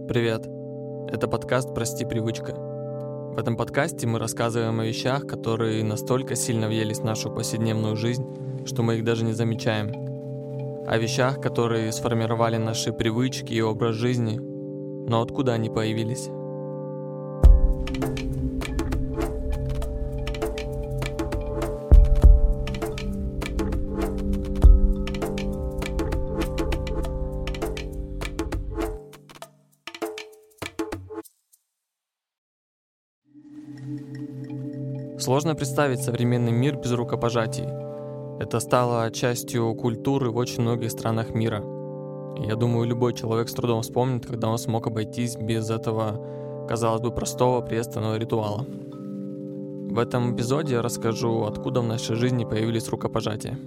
Привет! Это подкаст «Прости, привычка». В этом подкасте мы рассказываем о вещах, которые настолько сильно въелись в нашу повседневную жизнь, что мы их даже не замечаем. О вещах, которые сформировали наши привычки и образ жизни, но откуда они появились? Сложно представить современный мир без рукопожатий. Это стало частью культуры в очень многих странах мира. Я думаю, любой человек с трудом вспомнит, когда он смог обойтись без этого, казалось бы, простого приветственного ритуала. В этом эпизоде я расскажу, откуда в нашей жизни появились рукопожатия.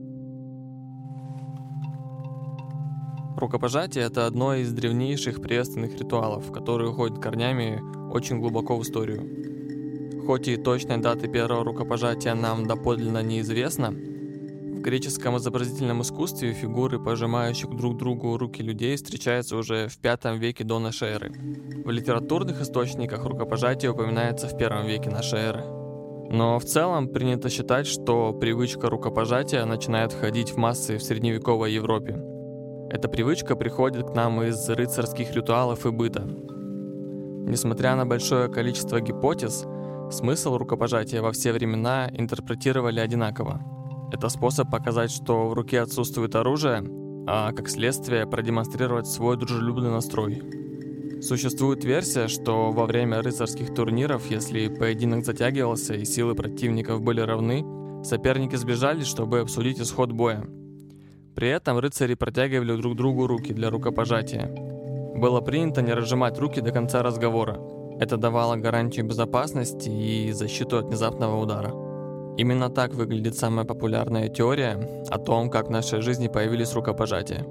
Рукопожатие – это одно из древнейших приветственных ритуалов, которые уходят корнями очень глубоко в историю. Хоть и точной даты первого рукопожатия нам доподлинно неизвестно, в греческом изобразительном искусстве фигуры, пожимающих друг другу руки людей, встречаются уже в V веке до нашей эры. В литературных источниках рукопожатие упоминается в I веке нашей эры. Но в целом принято считать, что привычка рукопожатия начинает входить в массы в средневековой Европе. Эта привычка приходит к нам из рыцарских ритуалов и быта. Несмотря на большое количество гипотез, смысл рукопожатия во все времена интерпретировали одинаково. Это способ показать, что в руке отсутствует оружие, а как следствие продемонстрировать свой дружелюбный настрой. Существует версия, что во время рыцарских турниров, если поединок затягивался и силы противников были равны, соперники сближались, чтобы обсудить исход боя. При этом рыцари протягивали друг другу руки для рукопожатия. Было принято не разжимать руки до конца разговора. Это давало гарантию безопасности и защиту от внезапного удара. Именно так выглядит самая популярная теория о том, как в нашей жизни появились рукопожатия.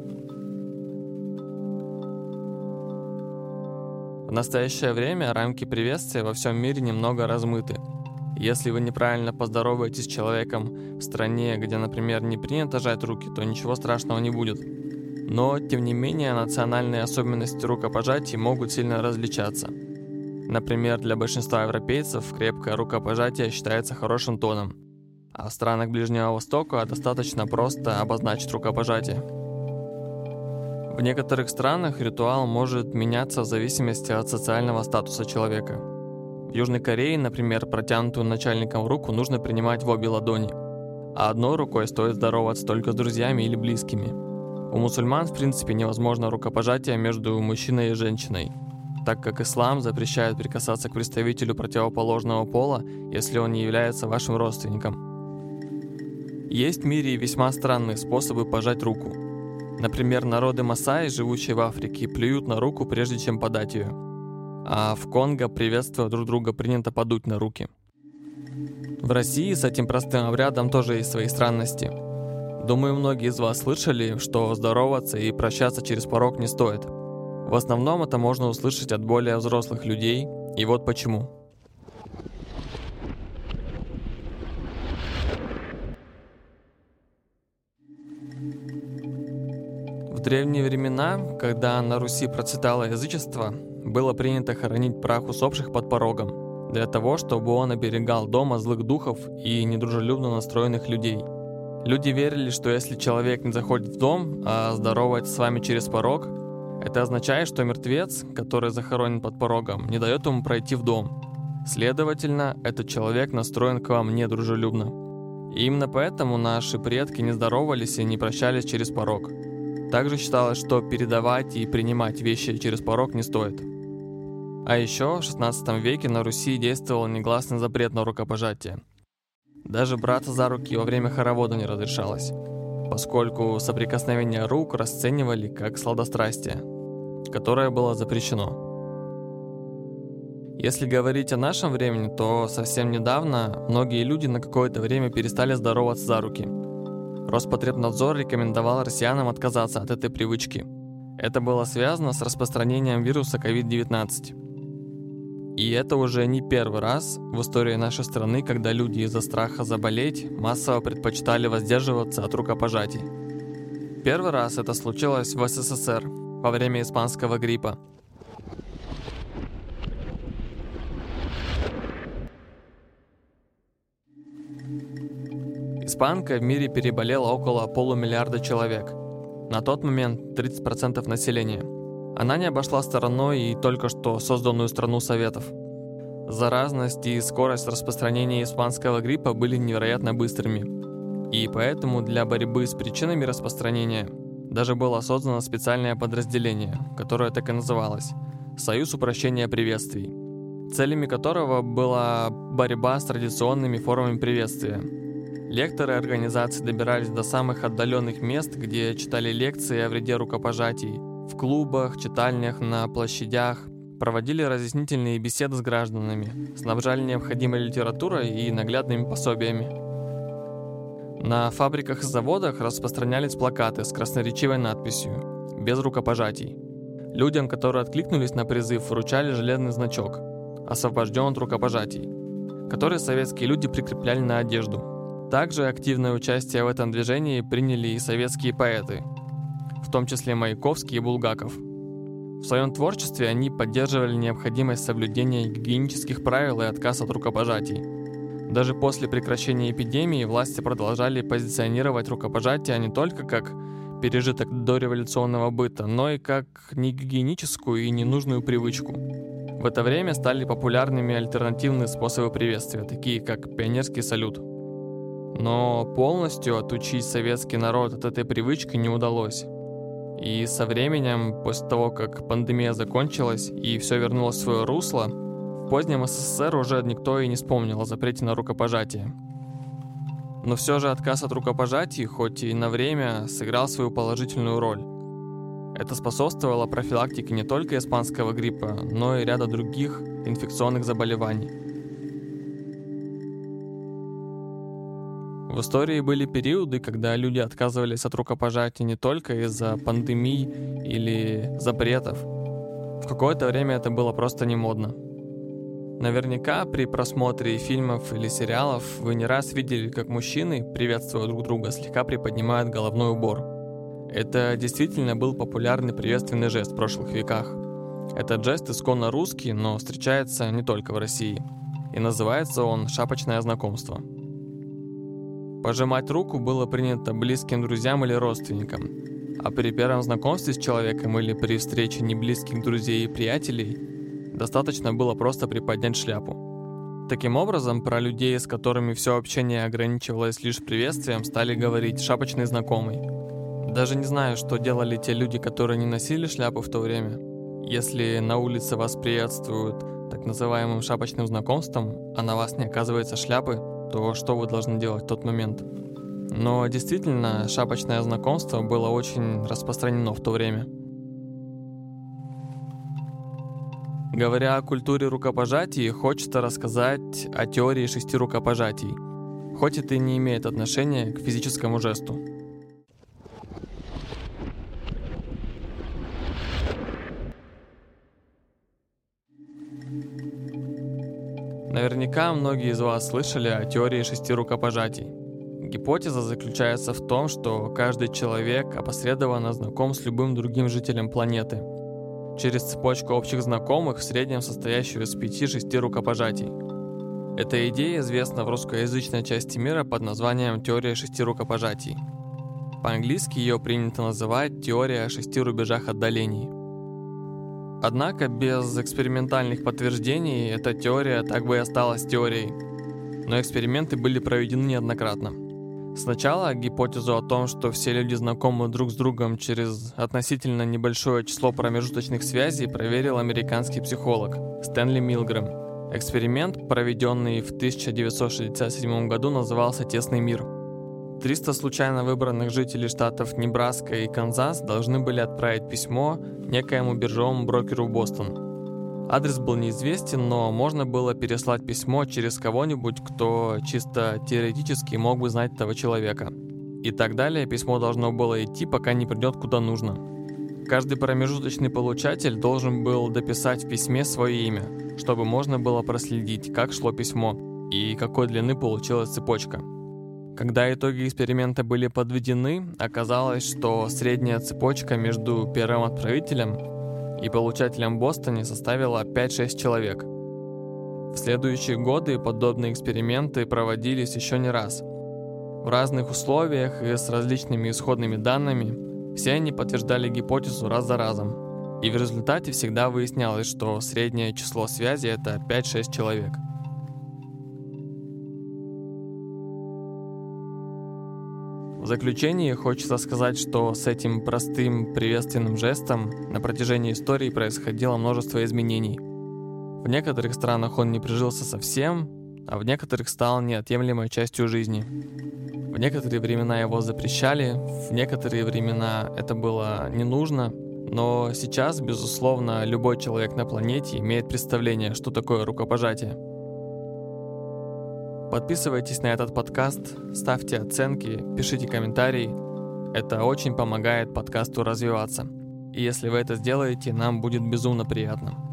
В настоящее время рамки приветствия во всем мире немного размыты. Если вы неправильно поздороваетесь с человеком в стране, где, например, не принято жать руки, то ничего страшного не будет. Но, тем не менее, национальные особенности рукопожатий могут сильно различаться. Например, для большинства европейцев крепкое рукопожатие считается хорошим тоном, а в странах Ближнего Востока достаточно просто обозначить рукопожатие. В некоторых странах ритуал может меняться в зависимости от социального статуса человека. В Южной Корее, например, протянутую начальником руку нужно принимать в обе ладони, а одной рукой стоит здороваться только с друзьями или близкими. У мусульман, в принципе, невозможно рукопожатие между мужчиной и женщиной, так как ислам запрещает прикасаться к представителю противоположного пола, если он не является вашим родственником. Есть в мире весьма странные способы пожать руку. Например, народы Масаи, живущие в Африке, плюют на руку, прежде чем подать ее. А в Конго, приветствуя друг друга, принято подуть на руки. В России с этим простым обрядом тоже есть свои странности. Думаю, многие из вас слышали, что здороваться и прощаться через порог не стоит. В основном это можно услышать от более взрослых людей, и вот почему. В древние времена, когда на Руси процветало язычество, было принято хоронить прах усопших под порогом, для того, чтобы он оберегал дом от злых духов и недружелюбно настроенных людей. Люди верили, что если человек не заходит в дом, а здоровается с вами через порог, это означает, что мертвец, который захоронен под порогом, не дает ему пройти в дом. Следовательно, этот человек настроен к вам недружелюбно. И именно поэтому наши предки не здоровались и не прощались через порог. Также считалось, что передавать и принимать вещи через порог не стоит. А еще в XVI веке на Руси действовал негласный запрет на рукопожатие. Даже браться за руки во время хоровода не разрешалось, поскольку соприкосновение рук расценивали как сладострастие, которое было запрещено. Если говорить о нашем времени, то совсем недавно многие люди на какое-то время перестали здороваться за руки. Роспотребнадзор рекомендовал россиянам отказаться от этой привычки. Это было связано с распространением вируса COVID-19. И это уже не первый раз в истории нашей страны, когда люди из-за страха заболеть массово предпочитали воздерживаться от рукопожатий. Первый раз это случилось в СССР во время испанского гриппа. испанкой в мире переболело около полумиллиарда человек. На тот момент 30% населения. Она не обошла стороной и только что созданную страну Советов. Заразность и скорость распространения испанского гриппа были невероятно быстрыми. И поэтому для борьбы с причинами распространения даже было создано специальное подразделение, которое так и называлось – «Союз упрощения приветствий», целями которого была борьба с традиционными формами приветствия. Лекторы организации добирались до самых отдаленных мест, где читали лекции о вреде рукопожатий, в клубах, читальнях, на площадях, проводили разъяснительные беседы с гражданами, снабжали необходимой литературой и наглядными пособиями. На фабриках и заводах распространялись плакаты с красноречивой надписью «Без рукопожатий». Людям, которые откликнулись на призыв, вручали железный значок «Освобожден от рукопожатий», который советские люди прикрепляли на одежду. Также активное участие в этом движении приняли и советские поэты, в том числе Маяковский и Булгаков. В своем творчестве они поддерживали необходимость соблюдения гигиенических правил и отказ от рукопожатий. Даже после прекращения эпидемии власти продолжали позиционировать рукопожатия не только как пережиток дореволюционного быта, но и как негигиеническую и ненужную привычку. В это время стали популярными альтернативные способы приветствия, такие как пионерский салют. Но полностью отучить советский народ от этой привычки не удалось. И со временем, после того, как пандемия закончилась и все вернулось в свое русло, в позднем СССР уже никто и не вспомнил о запрете на рукопожатие. Но все же отказ от рукопожатий, хоть и на время, сыграл свою положительную роль. Это способствовало профилактике не только испанского гриппа, но и ряда других инфекционных заболеваний. В истории были периоды, когда люди отказывались от рукопожатий не только из-за пандемий или запретов. В какое-то время это было просто не модно. Наверняка при просмотре фильмов или сериалов вы не раз видели, как мужчины, приветствуя друг друга, слегка приподнимают головной убор. Это действительно был популярный приветственный жест в прошлых веках. Этот жест исконно русский, но встречается не только в России. И называется он «шапочное знакомство». Пожимать руку было принято близким друзьям или родственникам, а при первом знакомстве с человеком или при встрече неблизких друзей и приятелей достаточно было просто приподнять шляпу. Таким образом, про людей, с которыми все общение ограничивалось лишь приветствием, стали говорить «шапочный знакомый». Даже не знаю, что делали те люди, которые не носили шляпу в то время. Если на улице вас приветствуют так называемым шапочным знакомством, а на вас не оказывается шляпы, то что вы должны делать в тот момент? Но действительно, шапочное знакомство было очень распространено в то время. Говоря о культуре рукопожатий, хочется рассказать о теории 6 рукопожатий, хоть это и не имеет отношения к физическому жесту. Наверняка многие из вас слышали о теории 6 рукопожатий. Гипотеза заключается в том, что каждый человек опосредованно знаком с любым другим жителем планеты через цепочку общих знакомых, в среднем состоящую из 5-6 рукопожатий. Эта идея известна в русскоязычной части мира под названием «Теория 6 рукопожатий». По-английски ее принято называть «Теория о 6 рубежах отдалений». Однако без экспериментальных подтверждений эта теория так бы и осталась теорией. Но эксперименты были проведены неоднократно. Сначала гипотезу о том, что все люди знакомы друг с другом через относительно небольшое число промежуточных связей, проверил американский психолог Стэнли Милгрэм. Эксперимент, проведенный в 1967 году, назывался «Тесный мир». 300 случайно выбранных жителей штатов Небраска и Канзас должны были отправить письмо некоему биржевому брокеру в Бостон. Адрес был неизвестен, но можно было переслать письмо через кого-нибудь, кто чисто теоретически мог бы знать этого человека. И так далее письмо должно было идти, пока не придет куда нужно. Каждый промежуточный получатель должен был дописать в письме свое имя, чтобы можно было проследить, как шло письмо и какой длины получилась цепочка. Когда итоги эксперимента были подведены, оказалось, что средняя цепочка между первым отправителем и получателем в Бостоне составила 5-6 человек. В следующие годы подобные эксперименты проводились еще не раз. В разных условиях и с различными исходными данными все они подтверждали гипотезу раз за разом. И в результате всегда выяснялось, что среднее число связей — это 5-6 человек. В заключение хочется сказать, что с этим простым приветственным жестом на протяжении истории происходило множество изменений. В некоторых странах он не прижился совсем, а в некоторых стал неотъемлемой частью жизни. В некоторые времена его запрещали, в некоторые времена это было не нужно, но сейчас, безусловно, любой человек на планете имеет представление, что такое рукопожатие. Подписывайтесь на этот подкаст, ставьте оценки, пишите комментарии. Это очень помогает подкасту развиваться. И если вы это сделаете, нам будет безумно приятно.